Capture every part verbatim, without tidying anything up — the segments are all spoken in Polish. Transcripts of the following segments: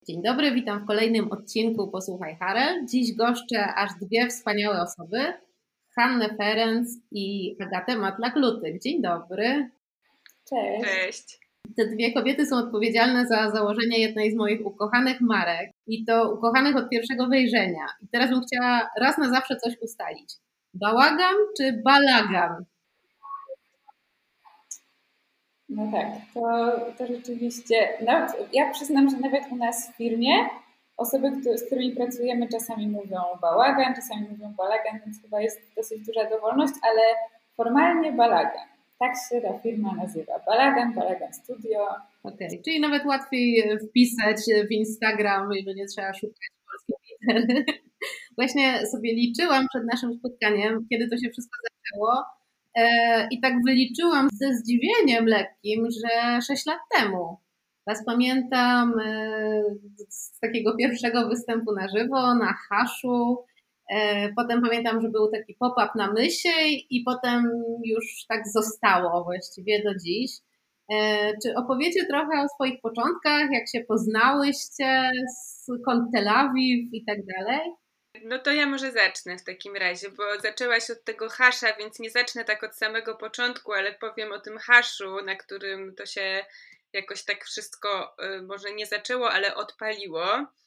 Dzień dobry, witam w kolejnym odcinku Posłuchaj Harel. Dziś goszczę aż dwie wspaniałe osoby, Hannę Ferenc i Agatę Matlak-Lutyk. Dzień dobry. Cześć. Cześć. Te dwie kobiety są odpowiedzialne za założenie jednej z moich ukochanych marek i to ukochanych od pierwszego wejrzenia. I teraz bym chciała raz na zawsze coś ustalić. Bałagan czy balagan? No tak, to, to rzeczywiście, nawet, ja przyznam, że nawet u nas w firmie osoby, które, z którymi pracujemy, czasami mówią bałagan, czasami mówią balagan, więc chyba jest dosyć duża dowolność, ale formalnie balagan. Tak się ta firma nazywa. Balagan, Balagan Studio. Okej, okay. Czyli nawet łatwiej wpisać w Instagram, że nie trzeba szukać polskiej litery. Właśnie sobie liczyłam przed naszym spotkaniem, kiedy to się wszystko zaczęło. I tak wyliczyłam ze zdziwieniem lekkim, że sześć lat temu. Teraz pamiętam z takiego pierwszego występu na żywo, na Haszu. Potem pamiętam, że był taki pop-up na Mysiej i potem już tak zostało właściwie do dziś. Czy opowiecie trochę o swoich początkach, jak się poznałyście, skąd Tel Awiw i tak dalej? No to ja może zacznę w takim razie, bo zaczęłaś od tego hasza, więc nie zacznę tak od samego początku, ale powiem o tym haszu, na którym to się jakoś tak wszystko może nie zaczęło, ale odpaliło,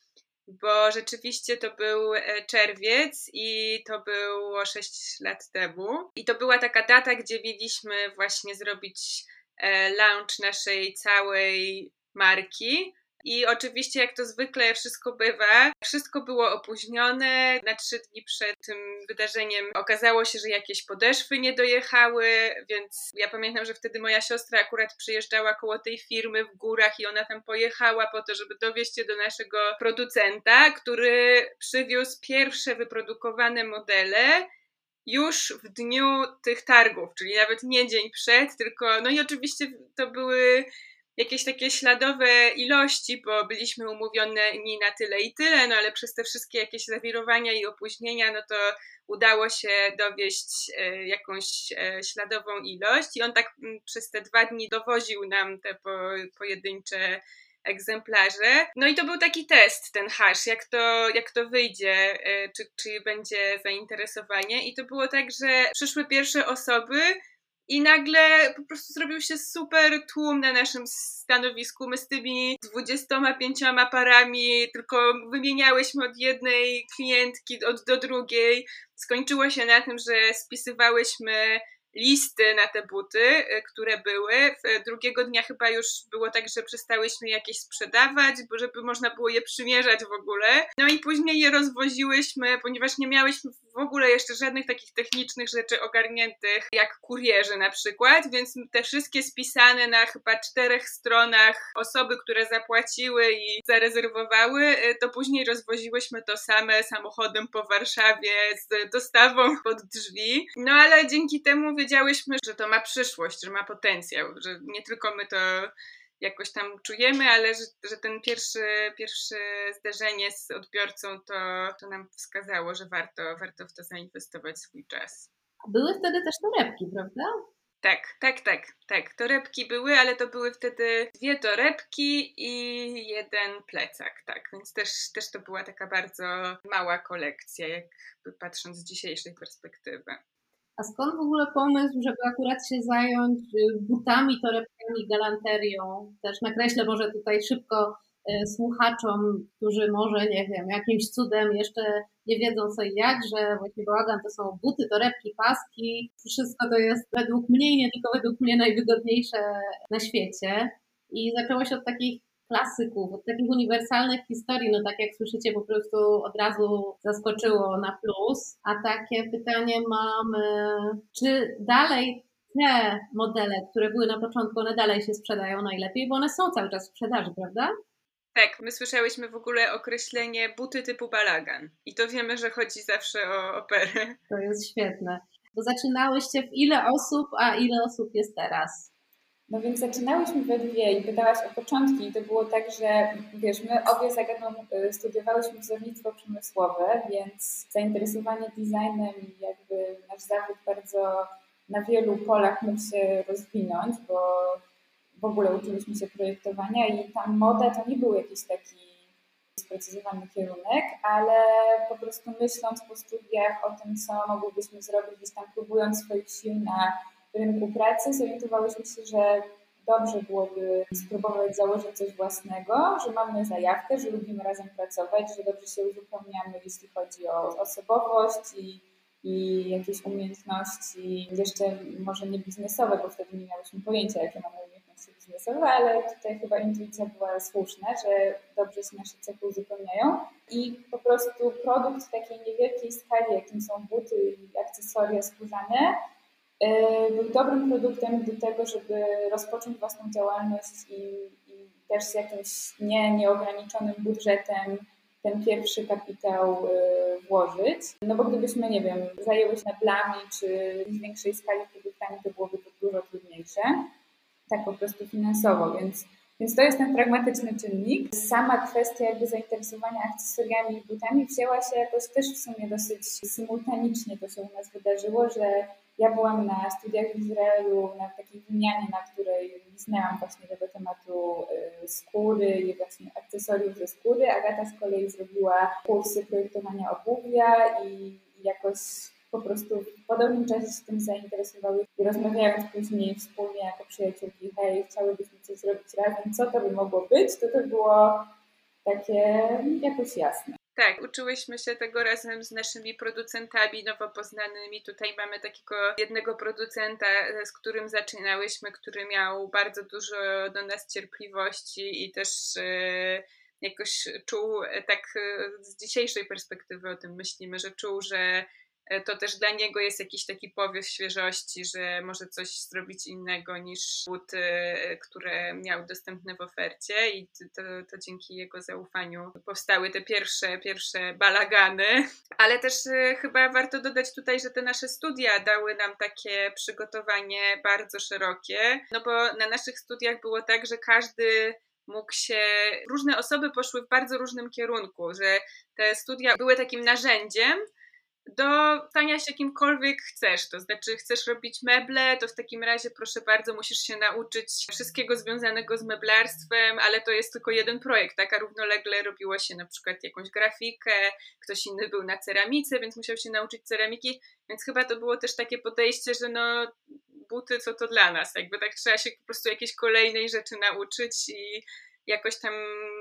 bo rzeczywiście to był czerwiec i to było sześć lat temu i to była taka data, gdzie mieliśmy właśnie zrobić launch naszej całej marki. I oczywiście, jak to zwykle wszystko bywa, wszystko było opóźnione. Na trzy dni przed tym wydarzeniem okazało się, że jakieś podeszwy nie dojechały, więc ja pamiętam, że wtedy moja siostra akurat przyjeżdżała koło tej firmy w górach i ona tam pojechała po to, żeby dowieźć je do naszego producenta, który przywiózł pierwsze wyprodukowane modele już w dniu tych targów, czyli nawet nie dzień przed, tylko no i oczywiście to były jakieś takie śladowe ilości, bo byliśmy umówieni na tyle i tyle, no ale przez te wszystkie jakieś zawirowania i opóźnienia, no to udało się dowieść jakąś śladową ilość i on tak przez te dwa dni dowoził nam te po, pojedyncze egzemplarze. No i to był taki test, ten hash, jak to, jak to wyjdzie, czy, czy będzie zainteresowanie i to było tak, że przyszły pierwsze osoby i nagle po prostu zrobił się super tłum na naszym stanowisku. My z tymi dwudziestoma pięcioma parami tylko wymieniałyśmy od jednej klientki od, do drugiej. Skończyło się na tym, że spisywałyśmy listy na te buty, które były. Drugiego dnia chyba już było tak, że przestałyśmy jakieś sprzedawać, bo żeby można było je przymierzać w ogóle. No i później je rozwoziłyśmy, ponieważ nie miałyśmy w ogóle jeszcze żadnych takich technicznych rzeczy ogarniętych, jak kurierzy na przykład, więc te wszystkie spisane na chyba czterech stronach osoby, które zapłaciły i zarezerwowały, to później rozwoziłyśmy to same samochodem po Warszawie z dostawą pod drzwi. No ale dzięki temu wiedziałyśmy, że to ma przyszłość, że ma potencjał, że nie tylko my to jakoś tam czujemy, ale że, że ten pierwszy, pierwsze zderzenie z odbiorcą to, to nam wskazało, że warto, warto w to zainwestować swój czas. Były wtedy też torebki, prawda? Tak, tak, tak, tak. Torebki były, ale to były wtedy dwie torebki i jeden plecak, tak. Więc też, też to była taka bardzo mała kolekcja, jakby patrząc z dzisiejszej perspektywy. A skąd w ogóle pomysł, żeby akurat się zająć butami, torebkami, galanterią? Też nakreślę może tutaj szybko słuchaczom, którzy może, nie wiem, jakimś cudem jeszcze nie wiedzą co i jak, że właśnie bałagan to są buty, torebki, paski. Wszystko to jest według mnie i nie tylko według mnie najwygodniejsze na świecie. I zaczęło się od takich klasyków, od takich uniwersalnych historii, no tak jak słyszycie, po prostu od razu zaskoczyło na plus. A takie pytanie mam, czy dalej te modele, które były na początku, one dalej się sprzedają najlepiej, bo one są cały czas w sprzedaży, prawda? Tak, my słyszałyśmy w ogóle określenie buty typu balagan i to wiemy, że chodzi zawsze o operę. To jest świetne. Bo zaczynałyście w ile osób, a ile osób jest teraz? No więc zaczynałyśmy we dwie i pytałaś o początki i to było tak, że wiesz, my obie z Agatą studiowałyśmy wzornictwo przemysłowe, więc zainteresowanie designem i jakby nasz zawód bardzo na wielu polach mógł się rozwinąć, bo w ogóle uczyliśmy się projektowania i tam moda to nie był jakiś taki sprecyzowany kierunek, ale po prostu myśląc po studiach o tym, co mogłybyśmy zrobić, gdzieś tam próbując swoich sił na rynku pracy, zorientowałyśmy się, że dobrze byłoby spróbować założyć coś własnego, że mamy zajawkę, że lubimy razem pracować, że dobrze się uzupełniamy, jeśli chodzi o osobowość i, i jakieś umiejętności, jeszcze może nie biznesowe, bo wtedy nie miałyśmy pojęcia, jakie mamy umiejętności biznesowe, ale tutaj chyba intuicja była słuszna, że dobrze się nasze cechy uzupełniają i po prostu produkt w takiej niewielkiej skali, jakim są buty i akcesoria skórzane, był dobrym produktem do tego, żeby rozpocząć własną działalność i, i też z jakimś nie, nieograniczonym budżetem ten pierwszy kapitał włożyć. No bo gdybyśmy, nie wiem, zajęły się meblami czy w większej skali produktami, to byłoby to dużo trudniejsze, tak po prostu finansowo, więc, więc to jest ten pragmatyczny czynnik. Sama kwestia jakby zainteresowania akcesoriami i butami wzięła się jakoś też w sumie dosyć symultanicznie, to się u nas wydarzyło, że ja byłam na studiach w Izraelu, na takiej wymianie, na której znałam właśnie tego tematu skóry i właśnie akcesoriów ze skóry. Agata z kolei zrobiła kursy projektowania obuwia i jakoś po prostu w podobnym czasie się tym zainteresowały i rozmawiając później wspólnie jako przyjaciółki, hej, chciałybyśmy coś zrobić razem, co to by mogło być, to to było takie jakoś jasne. Tak, uczyłyśmy się tego razem z naszymi producentami nowo poznanymi. Tutaj mamy takiego jednego producenta, z którym zaczynałyśmy, który miał bardzo dużo do nas cierpliwości i też e, jakoś czuł, tak z dzisiejszej perspektywy o tym myślimy, że czuł, że to też dla niego jest jakiś taki powiew świeżości, że może coś zrobić innego niż buty, które miał dostępne w ofercie i to, to dzięki jego zaufaniu powstały te pierwsze, pierwsze balagany. Ale też chyba warto dodać tutaj, że te nasze studia dały nam takie przygotowanie bardzo szerokie, no bo na naszych studiach było tak, że każdy mógł się, różne osoby poszły w bardzo różnym kierunku, że te studia były takim narzędziem do stania się kimkolwiek chcesz, to znaczy chcesz robić meble, to w takim razie proszę bardzo musisz się nauczyć wszystkiego związanego z meblarstwem, ale to jest tylko jeden projekt, tak, a równolegle robiło się na przykład jakąś grafikę, ktoś inny był na ceramice, więc musiał się nauczyć ceramiki, więc chyba to było też takie podejście, że no buty co to dla nas, jakby tak trzeba się po prostu jakiejś kolejnej rzeczy nauczyć i jakoś tam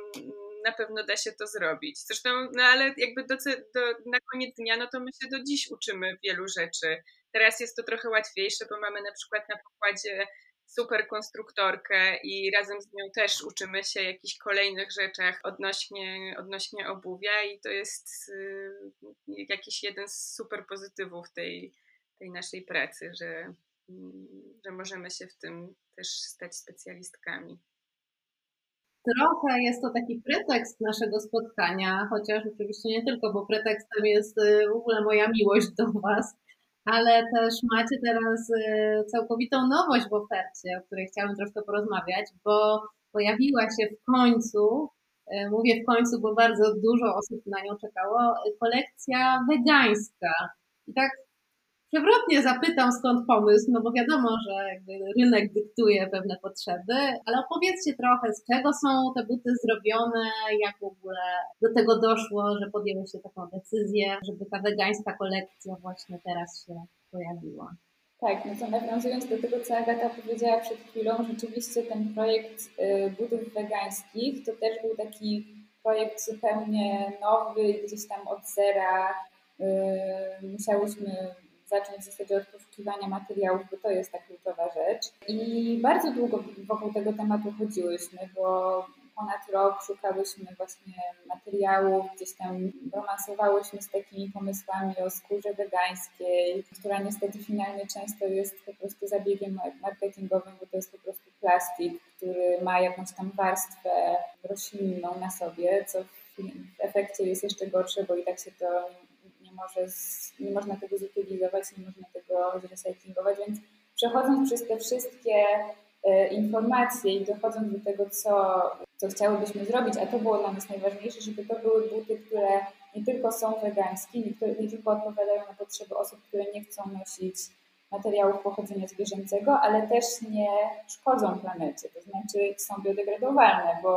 na pewno da się to zrobić. Zresztą, no ale jakby do, do, na koniec dnia, no to my się do dziś uczymy wielu rzeczy. Teraz jest to trochę łatwiejsze, bo mamy na przykład na pokładzie super konstruktorkę i razem z nią też uczymy się jakichś kolejnych rzeczach odnośnie, odnośnie obuwia i to jest y, jakiś jeden z super pozytywów tej, tej naszej pracy, że, y, że możemy się w tym też stać specjalistkami. Trochę jest to taki pretekst naszego spotkania, chociaż oczywiście nie tylko, bo pretekstem jest w ogóle moja miłość do Was, ale też macie teraz całkowitą nowość w ofercie, o której chciałam troszkę porozmawiać, bo pojawiła się w końcu, mówię w końcu, bo bardzo dużo osób na nią czekało, kolekcja wegańska. I tak przewrotnie zapytam, skąd pomysł, no bo wiadomo, że jakby rynek dyktuje pewne potrzeby, ale opowiedzcie trochę, z czego są te buty zrobione, jak w ogóle do tego doszło, że podjęłyście taką decyzję, żeby ta wegańska kolekcja właśnie teraz się pojawiła. Tak, no to nawiązując do tego, co Agata powiedziała przed chwilą, rzeczywiście ten projekt butów wegańskich to też był taki projekt zupełnie nowy, gdzieś tam od zera musiałyśmy zacząć w zasadzie od poszukiwania materiałów, bo to jest ta kluczowa rzecz. I bardzo długo wokół tego tematu chodziłyśmy, bo ponad rok szukałyśmy właśnie materiałów, gdzieś tam romansowałyśmy z takimi pomysłami o skórze wegańskiej, która niestety finalnie często jest po prostu zabiegiem marketingowym, bo to jest po prostu plastik, który ma jakąś tam warstwę roślinną na sobie, co w efekcie jest jeszcze gorsze, bo i tak się to nie, może z, nie można tego zutylizować, nie można tego zrecyklingować, więc przechodząc przez te wszystkie e, informacje i dochodząc do tego, co, co chciałybyśmy zrobić, a to było dla nas najważniejsze, żeby to były buty, które nie tylko są wegańskie, nie, które, nie tylko odpowiadają na potrzeby osób, które nie chcą nosić materiałów pochodzenia zwierzęcego, ale też nie szkodzą planecie, to znaczy są biodegradowalne, bo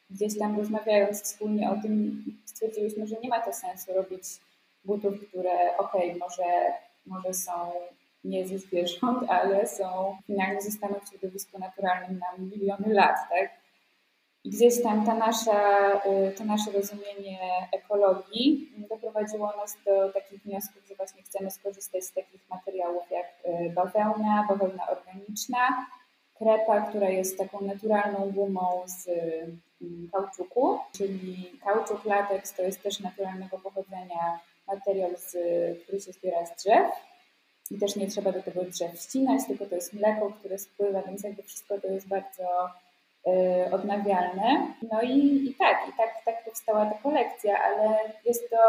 gdzieś tam rozmawiając wspólnie o tym, stwierdziłyśmy, że nie ma to sensu robić butów, które okej, okay, może, może są nie ze zwierząt, ale są, finalnie zostaną w środowisku naturalnym na miliony lat, tak? I gdzieś tam ta nasza, to nasze rozumienie ekologii doprowadziło nas do takich wniosków, że właśnie chcemy skorzystać z takich materiałów jak bawełna, bawełna organiczna, krepa, która jest taką naturalną gumą z kauczuku, czyli kauczuk, lateks to jest też naturalnego pochodzenia materiał, z, który się zbiera z drzew i też nie trzeba do tego drzew ścinać, tylko to jest mleko, które spływa, więc jakby wszystko to jest bardzo y, odnawialne. No i, i tak, i tak, tak powstała ta kolekcja, ale jest to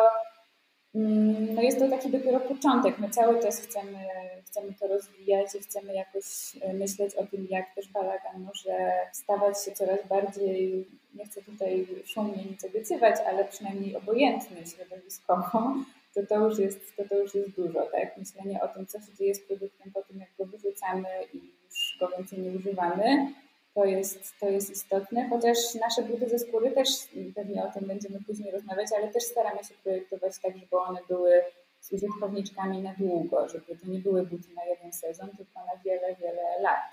No jest to taki dopiero początek. My cały czas chcemy, chcemy to rozwijać i chcemy jakoś myśleć o tym, jak też balagan może stawać się coraz bardziej, nie chcę tutaj szumnie nic obiecywać, ale przynajmniej obojętny środowiskowo, to to już jest, to to już jest dużo, tak? Myślenie o tym, co się dzieje z produktem po tym, jak go wyrzucamy i już go więcej nie używamy. To jest, to jest istotne, chociaż nasze buty ze skóry też, pewnie o tym będziemy później rozmawiać, ale też staramy się projektować tak, żeby one były z użytkowniczkami na długo, żeby to nie były buty na jeden sezon, tylko na wiele, wiele lat.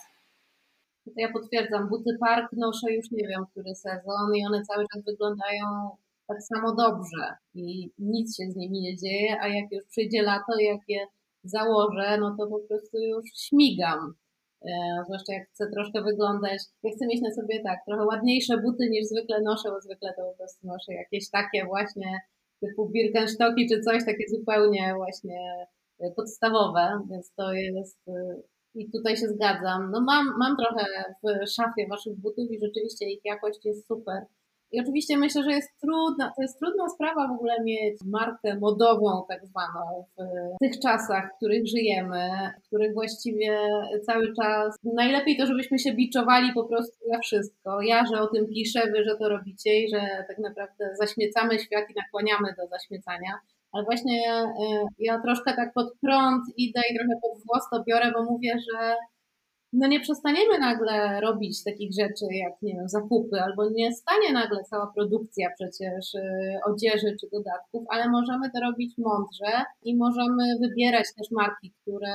Ja potwierdzam, buty Park noszę już nie wiem, który sezon i one cały czas wyglądają tak samo dobrze i nic się z nimi nie dzieje, a jak już przyjdzie lato i jak je założę, no to po prostu już śmigam. Zwłaszcza jak chcę troszkę wyglądać, ja chcę mieć na sobie tak, trochę ładniejsze buty niż zwykle noszę, bo zwykle to po prostu noszę jakieś takie właśnie typu Birkenstocki czy coś takie zupełnie właśnie podstawowe, więc to jest i tutaj się zgadzam. No mam, mam trochę w szafie waszych butów i rzeczywiście ich jakość jest super. I oczywiście myślę, że jest trudna, to jest trudna sprawa w ogóle mieć markę modową tak zwaną w tych czasach, w których żyjemy, w których właściwie cały czas najlepiej to, żebyśmy się biczowali po prostu za wszystko. Ja, że o tym piszę, wy, że to robicie i że tak naprawdę zaśmiecamy świat i nakłaniamy do zaśmiecania. Ale właśnie ja, ja troszkę tak pod prąd idę i trochę pod włos to biorę, bo mówię, że no nie przestaniemy nagle robić takich rzeczy jak, nie wiem, zakupy, albo nie stanie nagle cała produkcja przecież odzieży czy dodatków, ale możemy to robić mądrze i możemy wybierać też marki, które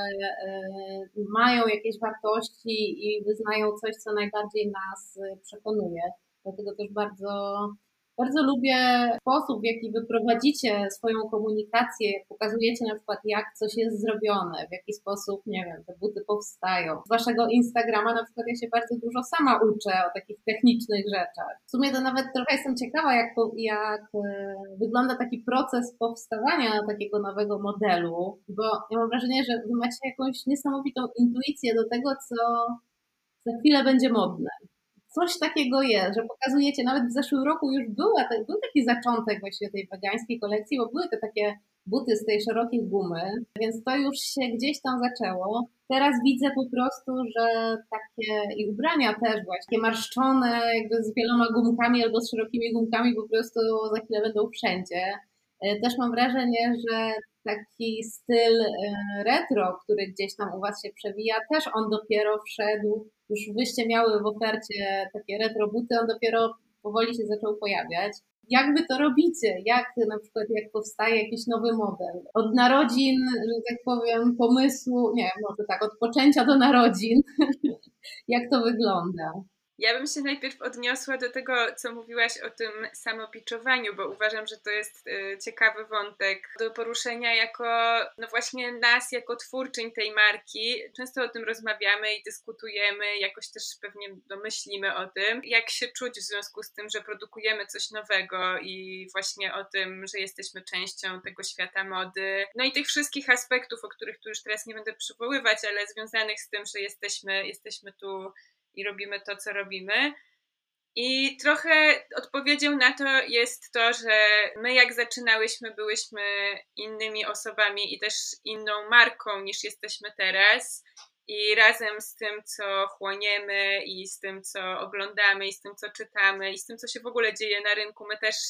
mają jakieś wartości i wyznają coś, co najbardziej nas przekonuje. Dlatego też bardzo Bardzo lubię sposób, w jaki wy prowadzicie swoją komunikację, jak pokazujecie na przykład, jak coś jest zrobione, w jaki sposób, nie wiem, te buty powstają. Z waszego Instagrama na przykład ja się bardzo dużo sama uczę o takich technicznych rzeczach. W sumie to nawet trochę jestem ciekawa, jak, jak wygląda taki proces powstawania takiego nowego modelu, bo ja mam wrażenie, że wy macie jakąś niesamowitą intuicję do tego, co za chwilę będzie modne. Coś takiego jest, że pokazujecie, nawet w zeszłym roku już była, był taki zaczątek właściwie tej wegańskiej kolekcji, bo były te takie buty z tej szerokiej gumy, więc to już się gdzieś tam zaczęło. Teraz widzę po prostu, że takie i ubrania też właśnie marszczone jakby z wieloma gumkami albo z szerokimi gumkami po prostu za chwilę będą wszędzie. Też mam wrażenie, że taki styl retro, który gdzieś tam u was się przewija, też on dopiero wszedł, już wyście miały w ofercie takie retro buty, on dopiero powoli się zaczął pojawiać. Jak wy to robicie? Jak na przykład jak powstaje jakiś nowy model? Od narodzin, że tak powiem, pomysłu, nie wiem, może tak, od poczęcia do narodzin. Jak to wygląda? Ja bym się najpierw odniosła do tego, co mówiłaś o tym samopiczowaniu, bo uważam, że to jest y, ciekawy wątek do poruszenia jako, no właśnie nas, jako twórczyń tej marki. Często o tym rozmawiamy i dyskutujemy, jakoś też pewnie domyślimy o tym, jak się czuć w związku z tym, że produkujemy coś nowego i właśnie o tym, że jesteśmy częścią tego świata mody. No i tych wszystkich aspektów, o których tu już teraz nie będę przywoływać, ale związanych z tym, że jesteśmy, jesteśmy tu i robimy to, co robimy. I trochę odpowiedzią na to jest to, że my jak zaczynałyśmy, byłyśmy innymi osobami i też inną marką niż jesteśmy teraz. I razem z tym, co chłoniemy i z tym, co oglądamy i z tym, co czytamy i z tym, co się w ogóle dzieje na rynku, my też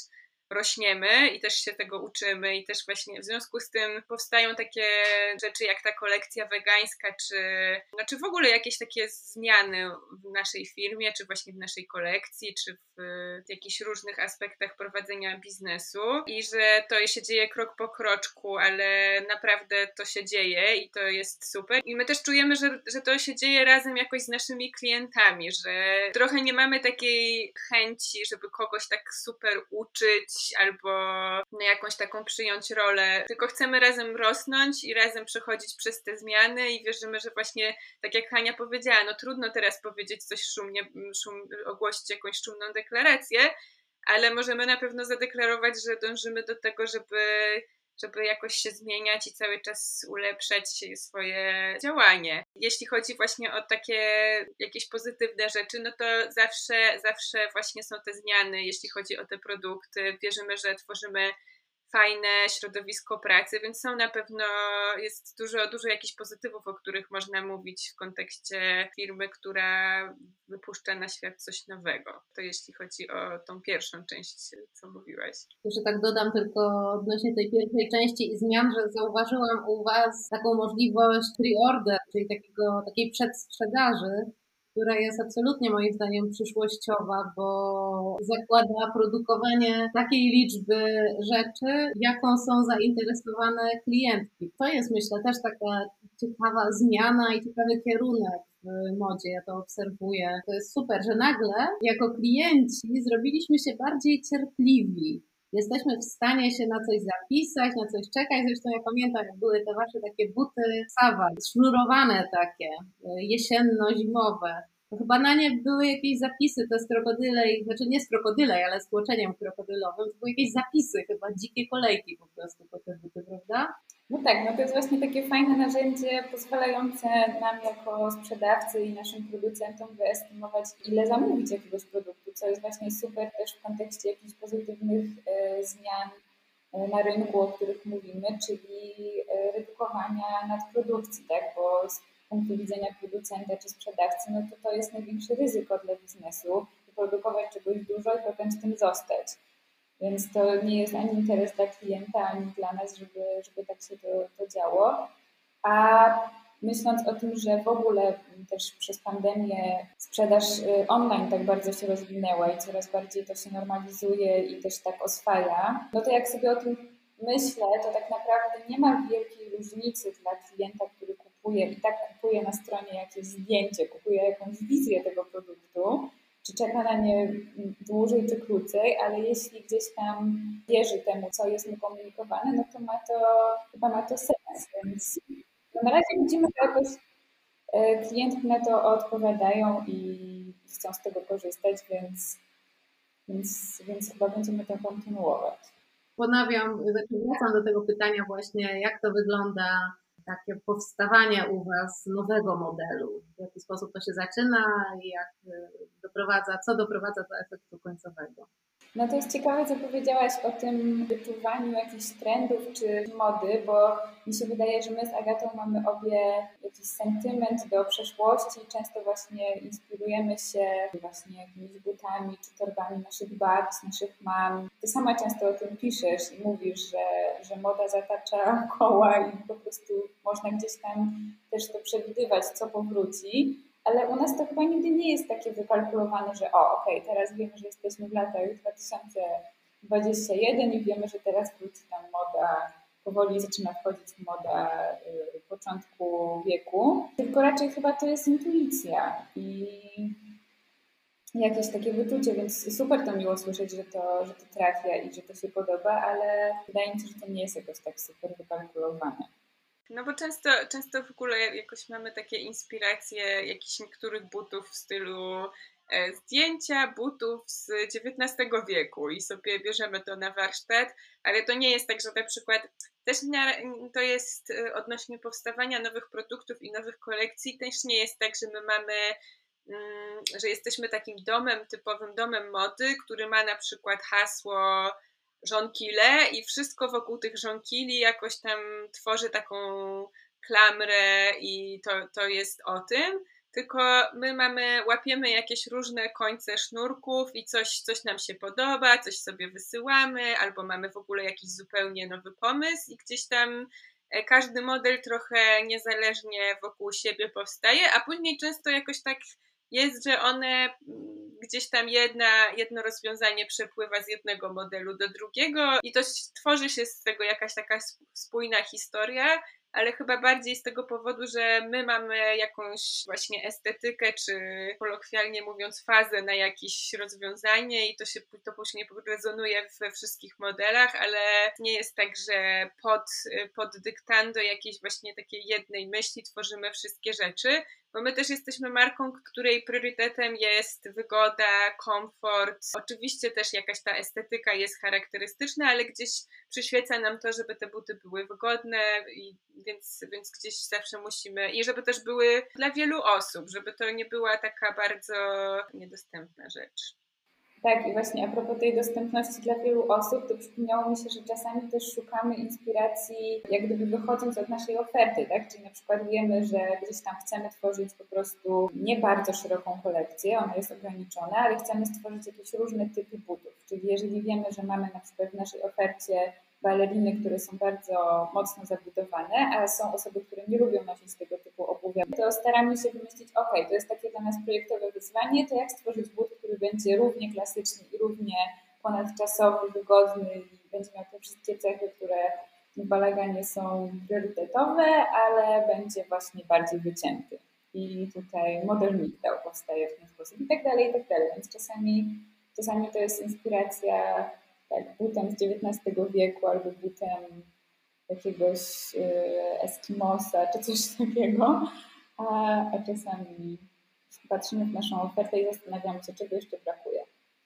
rośniemy i też się tego uczymy i też właśnie w związku z tym powstają takie rzeczy jak ta kolekcja wegańska, czy, no, czy w ogóle jakieś takie zmiany w naszej firmie, czy właśnie w naszej kolekcji, czy w jakichś różnych aspektach prowadzenia biznesu i że to się dzieje krok po kroczku, ale naprawdę to się dzieje i to jest super. I my też czujemy, że, że to się dzieje razem jakoś z naszymi klientami, że trochę nie mamy takiej chęci, żeby kogoś tak super uczyć albo na jakąś taką przyjąć rolę, tylko chcemy razem rosnąć i razem przechodzić przez te zmiany i wierzymy, że właśnie tak jak Hania powiedziała, no trudno teraz powiedzieć coś szumnie, szum, ogłosić jakąś szumną deklarację, ale możemy na pewno zadeklarować, że dążymy do tego, żeby żeby jakoś się zmieniać i cały czas ulepszać swoje działanie. Jeśli chodzi właśnie o takie jakieś pozytywne rzeczy, no to zawsze, zawsze właśnie są te zmiany, jeśli chodzi o te produkty. Wierzymy, że tworzymy fajne środowisko pracy, więc są na pewno, jest dużo, dużo jakichś pozytywów, o których można mówić w kontekście firmy, która wypuszcza na świat coś nowego. To jeśli chodzi o tą pierwszą część, co mówiłaś. Jeszcze tak dodam tylko odnośnie tej pierwszej części i zmian, że zauważyłam u Was taką możliwość pre-order, czyli takiego, takiej przedsprzedaży, która jest absolutnie moim zdaniem przyszłościowa, bo zakłada produkowanie takiej liczby rzeczy, jaką są zainteresowane klientki. To jest, myślę, też taka ciekawa zmiana i ciekawy kierunek w modzie, ja to obserwuję. To jest super, że nagle jako klienci zrobiliśmy się bardziej cierpliwi. Jesteśmy w stanie się na coś zapisać, na coś czekać. Zresztą ja pamiętam, jak były te wasze takie buty Sawa, sznurowane takie, jesienno-zimowe. To chyba na nie były jakieś zapisy, to z krokodylej, znaczy nie z krokodylej, ale z tłoczeniem krokodylowym. To były jakieś zapisy, chyba dzikie kolejki po prostu po te buty, prawda? No tak, no to jest właśnie takie fajne narzędzie pozwalające nam jako sprzedawcy i naszym producentom wyestymować, ile zamówić jakiegoś produktu, co jest właśnie super też w kontekście jakichś pozytywnych e, zmian e, na rynku, o których mówimy, czyli e, redukowania nadprodukcji, tak, bo z punktu widzenia producenta czy sprzedawcy, no to to jest największe ryzyko dla biznesu, wyprodukować czegoś dużo i potem z tym zostać. Więc to nie jest ani interes dla klienta, ani dla nas, żeby, żeby tak się to, to działo. A myśląc o tym, że w ogóle też przez pandemię sprzedaż online tak bardzo się rozwinęła i coraz bardziej to się normalizuje i też tak oswaja, no to jak sobie o tym myślę, to tak naprawdę nie ma wielkiej różnicy dla klienta, który kupuje i tak kupuje na stronie jakieś zdjęcie, kupuje jakąś wizję tego produktu, czy czeka na nie dłużej czy krócej, ale jeśli gdzieś tam wierzy temu, co jest mu komunikowane, no to ma to, chyba ma to sens. Więc na razie widzimy, że jakoś klientki na to odpowiadają i chcą z tego korzystać, więc, więc, więc chyba będziemy to kontynuować. Ponawiam, wracam do tego pytania właśnie, jak to wygląda takie powstawanie u Was nowego modelu? W jaki sposób to się zaczyna i jak doprowadza, co doprowadza do efektu końcowego? No to jest ciekawe, co powiedziałaś o tym wyczuwaniu jakichś trendów czy mody, bo mi się wydaje, że my z Agatą mamy obie jakiś sentyment do przeszłości i często właśnie inspirujemy się właśnie jakimiś butami czy torbami naszych babć, naszych mam. Ty sama często o tym piszesz i mówisz, że, że moda zatacza koła i po prostu można gdzieś tam też to przewidywać, co powróci. Ale u nas to chyba nigdy nie jest takie wykalkulowane, że o, okej, okay, teraz wiemy, że jesteśmy w latach dwa tysiące dwudziestym pierwszym i wiemy, że teraz wróci tam moda, powoli zaczyna wchodzić moda y, początku wieku. Tylko raczej chyba to jest intuicja i jakieś takie wyczucie, więc super to miło słyszeć, że to, że to trafia i że to się podoba, ale wydaje mi się, że to nie jest jakoś tak super wykalkulowane. No bo często, często w ogóle jakoś mamy takie inspiracje jakichś niektórych butów w stylu e, zdjęcia butów z dziewiętnastego wieku i sobie bierzemy to na warsztat, ale to nie jest tak, że na przykład też to jest odnośnie powstawania nowych produktów i nowych kolekcji, też nie jest tak, że my mamy, mm, że jesteśmy takim domem, typowym domem mody, który ma na przykład hasło żonkile i wszystko wokół tych żonkili jakoś tam tworzy taką klamrę i to, to jest o tym, tylko my mamy, łapiemy jakieś różne końce sznurków i coś, coś nam się podoba, coś sobie wysyłamy, albo mamy w ogóle jakiś zupełnie nowy pomysł i gdzieś tam każdy model trochę niezależnie wokół siebie powstaje, a później często jakoś tak jest, że one gdzieś tam jedna, jedno rozwiązanie przepływa z jednego modelu do drugiego i to tworzy się z tego jakaś taka spójna historia, ale chyba bardziej z tego powodu, że my mamy jakąś właśnie estetykę, czy kolokwialnie mówiąc fazę na jakieś rozwiązanie i to się to później rezonuje we wszystkich modelach, ale nie jest tak, że pod, pod dyktando jakiejś właśnie takiej jednej myśli tworzymy wszystkie rzeczy, bo my też jesteśmy marką, której priorytetem jest wygoda, komfort. Oczywiście też jakaś ta estetyka jest charakterystyczna, ale gdzieś przyświeca nam to, żeby te buty były wygodne, i więc, więc gdzieś zawsze musimy, i żeby też były dla wielu osób, żeby to nie była taka bardzo niedostępna rzecz. Tak, i właśnie a propos tej dostępności dla wielu osób, to przypomniało mi się, że czasami też szukamy inspiracji, jak gdyby wychodząc od naszej oferty, tak? Czyli na przykład wiemy, że gdzieś tam chcemy tworzyć po prostu nie bardzo szeroką kolekcję, ona jest ograniczona, ale chcemy stworzyć jakieś różne typy butów. Czyli jeżeli wiemy, że mamy na przykład w naszej ofercie baleriny, które są bardzo mocno zabudowane, a są osoby, które nie lubią nosić tego typu obuwia, to staramy się wymyślić, ok, to jest takie dla nas projektowe wyzwanie, to jak stworzyć but, który będzie równie klasyczny i równie ponadczasowy, wygodny i będzie miał te wszystkie cechy, które w balaganie są priorytetowe, ale będzie właśnie bardziej wycięty. I tutaj model migdał powstaje w ten sposób i tak dalej, i tak dalej. Więc czasami, czasami to jest inspiracja tak, butem z dziewiętnastego wieku albo butem jakiegoś y, Eskimosa czy coś takiego, a, a czasami patrzymy w naszą ofertę i zastanawiamy się, czego jeszcze brakuje.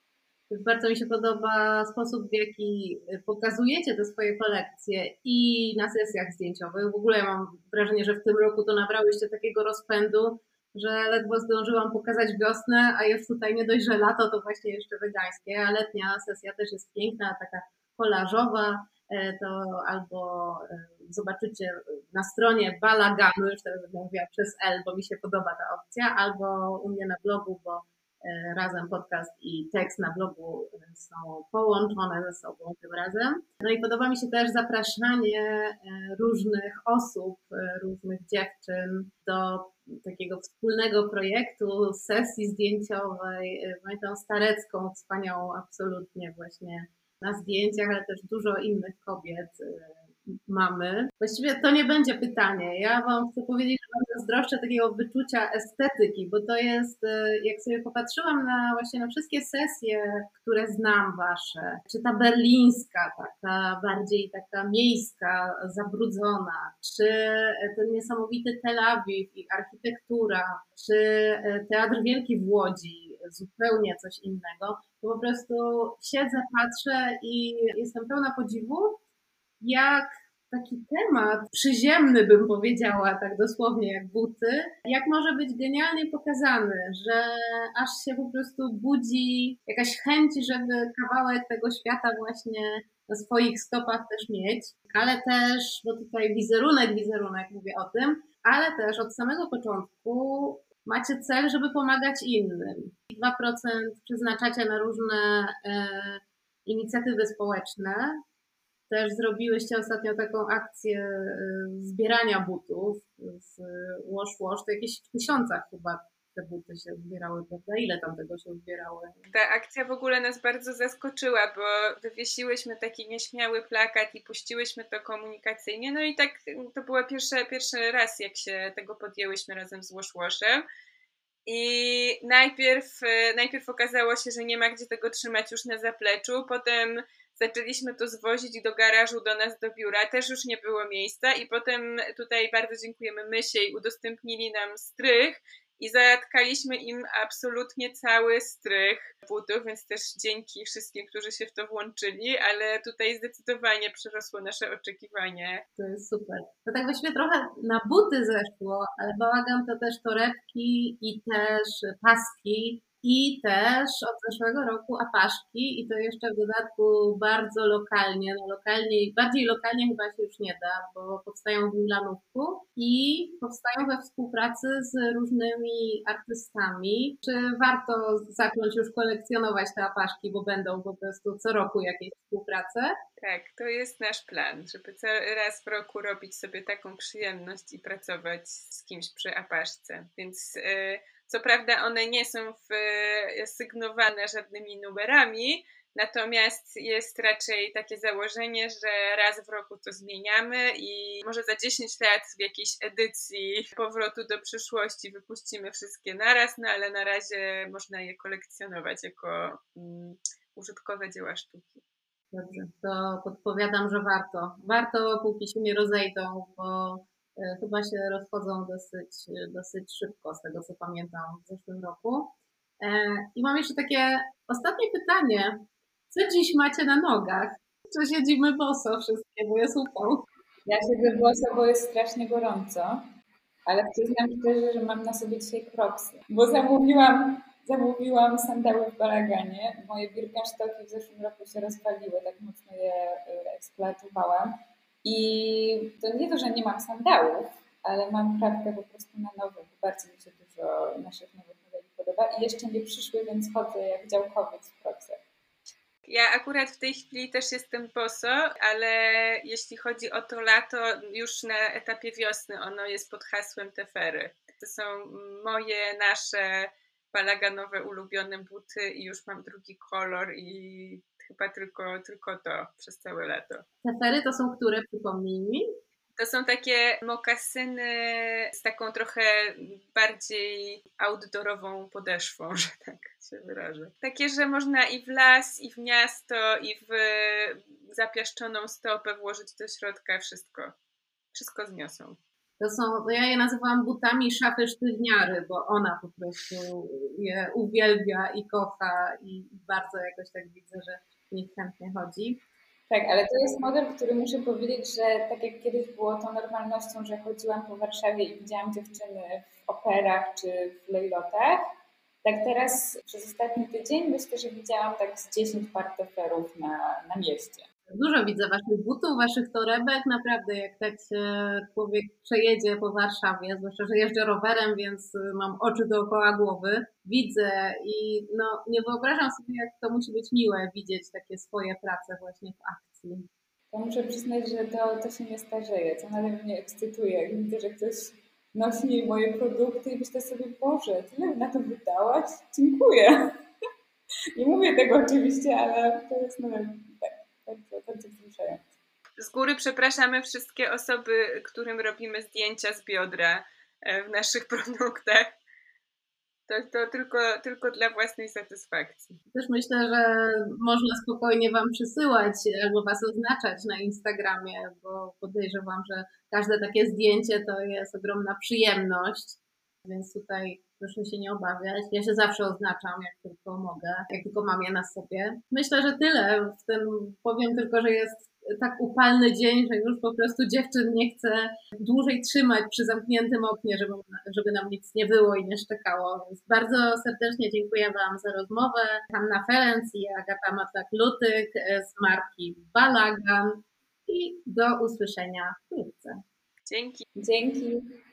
Bardzo mi się podoba sposób, w jaki pokazujecie te swoje kolekcje i na sesjach zdjęciowych. W ogóle mam wrażenie, że w tym roku to nabrałyście takiego rozpędu, że ledwo zdążyłam pokazać wiosnę, a jest tutaj nie dość, że lato, to właśnie jeszcze wegańskie, a letnia sesja też jest piękna, taka kolażowa, to albo zobaczycie na stronie balaganu, już teraz będę mówiła przez L, bo mi się podoba ta opcja, albo u mnie na blogu, bo razem podcast i tekst na blogu są połączone ze sobą tym razem. No i podoba mi się też zapraszanie różnych osób, różnych dziewczyn do takiego wspólnego projektu, sesji zdjęciowej. Pamiętam Starecką, wspaniałą absolutnie właśnie na zdjęciach, ale też dużo innych kobiet mamy. Właściwie to nie będzie pytanie. Ja Wam chcę powiedzieć, że bardzo zazdroszczę takiego wyczucia estetyki, bo to jest, jak sobie popatrzyłam na właśnie na wszystkie sesje, które znam Wasze, czy ta berlińska, taka bardziej taka miejska, zabrudzona, czy ten niesamowity Tel Awiw i architektura, czy Teatr Wielki w Łodzi, zupełnie coś innego, to po prostu siedzę, patrzę i jestem pełna podziwu, jak taki temat przyziemny, bym powiedziała, tak dosłownie jak buty, jak może być genialnie pokazany, że aż się po prostu budzi jakaś chęć, żeby kawałek tego świata właśnie na swoich stopach też mieć, ale też, bo tutaj wizerunek, wizerunek, mówię o tym, ale też od samego początku macie cel, żeby pomagać innym. dwa procent przeznaczacie na różne e, inicjatywy społeczne. Też zrobiłyście ostatnio taką akcję zbierania butów z Wash Wash, to jakieś w tysiącach chyba te buty się zbierały, prawda? Ile tam tego się zbierało? Ta akcja w ogóle nas bardzo zaskoczyła, bo wywiesiłyśmy taki nieśmiały plakat i puściłyśmy to komunikacyjnie, no i tak to był pierwszy, pierwszy raz, jak się tego podjęłyśmy razem z Wash Washem. I najpierw, najpierw okazało się, że nie ma gdzie tego trzymać już na zapleczu, potem zaczęliśmy to zwozić do garażu, do nas, do biura, też już nie było miejsca i potem tutaj bardzo dziękujemy Mysiej, udostępnili nam strych i zatkaliśmy im absolutnie cały strych butów, więc też dzięki wszystkim, którzy się w to włączyli, ale tutaj zdecydowanie przerosło nasze oczekiwanie. To jest super. To tak właściwie trochę na buty zeszło, ale bałagan to też torebki i też paski, I też od zeszłego roku apaszki i to jeszcze w dodatku bardzo lokalnie, no lokalnie, bardziej lokalnie chyba się już nie da, bo powstają w Milanówku i powstają we współpracy z różnymi artystami. Czy warto zacząć już kolekcjonować te apaszki, bo będą po prostu co roku jakieś współprace? Tak, to jest nasz plan, żeby co raz w roku robić sobie taką przyjemność i pracować z kimś przy apaszce, więc yy, co prawda one nie są w, sygnowane żadnymi numerami, natomiast jest raczej takie założenie, że raz w roku to zmieniamy i może za dziesięć lat w jakiejś edycji Powrotu do przyszłości wypuścimy wszystkie naraz, no ale na razie można je kolekcjonować jako um, użytkowe dzieła sztuki. Dobrze, to podpowiadam, że warto. Warto, póki się nie rozejdą, bo chyba się rozchodzą dosyć, dosyć szybko, z tego co pamiętam w zeszłym roku. I mam jeszcze takie ostatnie pytanie. Co dziś macie na nogach? Czy siedzimy boso wszystkie, bo jest upał? Ja siedzę boso, bo jest strasznie gorąco, ale przyznam szczerze, że mam na sobie dzisiaj kroksy, bo zamówiłam, zamówiłam sandały w balaganie. Moje Birkenstocki w zeszłym roku się rozwaliły, tak mocno je eksploatowałam. I to nie to, że nie mam sandałów, ale mam kratkę po prostu na nowe, bo bardzo mi się dużo naszych nowych modeli podoba i jeszcze nie przyszły, więc chodzę jak działkowiec w kroksach. Ja akurat w tej chwili też jestem boso, ale jeśli chodzi o to lato, już na etapie wiosny ono jest pod hasłem Tefery. To są moje, nasze balaganowe ulubione buty i już mam drugi kolor i chyba tylko, tylko to przez całe lato. Tefery to są które, przypomnij mi? To są takie mokasyny z taką trochę bardziej outdoorową podeszwą, że tak się wyrażę. Takie, że można i w las, i w miasto, i w zapiaszczoną stopę włożyć do środka wszystko. Wszystko zniosą. To są, ja je nazywam butami szafy sztywniary, bo ona po prostu je uwielbia i kocha i bardzo jakoś tak widzę, że w nich chętnie chodzi. Tak, ale to jest model, który muszę powiedzieć, że tak jak kiedyś było to normalnością, że chodziłam po Warszawie i widziałam dziewczyny w operach czy w lejlotach, tak teraz przez ostatni tydzień myślę, że widziałam tak z dziesięć par teferów na, na mieście. Dużo widzę waszych butów, waszych torebek, naprawdę jak tak się człowiek przejedzie po Warszawie, zwłaszcza, że jeżdżę rowerem, więc mam oczy dookoła głowy, widzę i no nie wyobrażam sobie, jak to musi być miłe widzieć takie swoje prace właśnie w akcji. To muszę przyznać, że to, to się nie starzeje, to nawet mnie ekscytuje, jak widzę, że ktoś nosi moje produkty i myślę sobie, Boże, tyle na to wydałaś? Dziękuję. Nie mówię tego oczywiście, ale to jest nawet bardzo, bardzo wzruszające. Z góry przepraszamy wszystkie osoby, którym robimy zdjęcia z biodra w naszych produktach. To, to tylko, tylko dla własnej satysfakcji. Też myślę, że można spokojnie wam przysyłać albo was oznaczać na Instagramie, bo podejrzewam, że każde takie zdjęcie to jest ogromna przyjemność, więc tutaj proszę się nie obawiać. Ja się zawsze oznaczam, jak tylko mogę, jak tylko mam je na sobie. Myślę, że tyle. W tym powiem tylko, że jest tak upalny dzień, że już po prostu dziewczyn nie chcę dłużej trzymać przy zamkniętym oknie, żeby, żeby nam nic nie było i nie szczekało. Więc bardzo serdecznie dziękuję wam za rozmowę. Hanna Ferenc i Agata Matlak-Lutyk z marki Balagan i do usłyszenia wkrótce. Dzięki. Dzięki.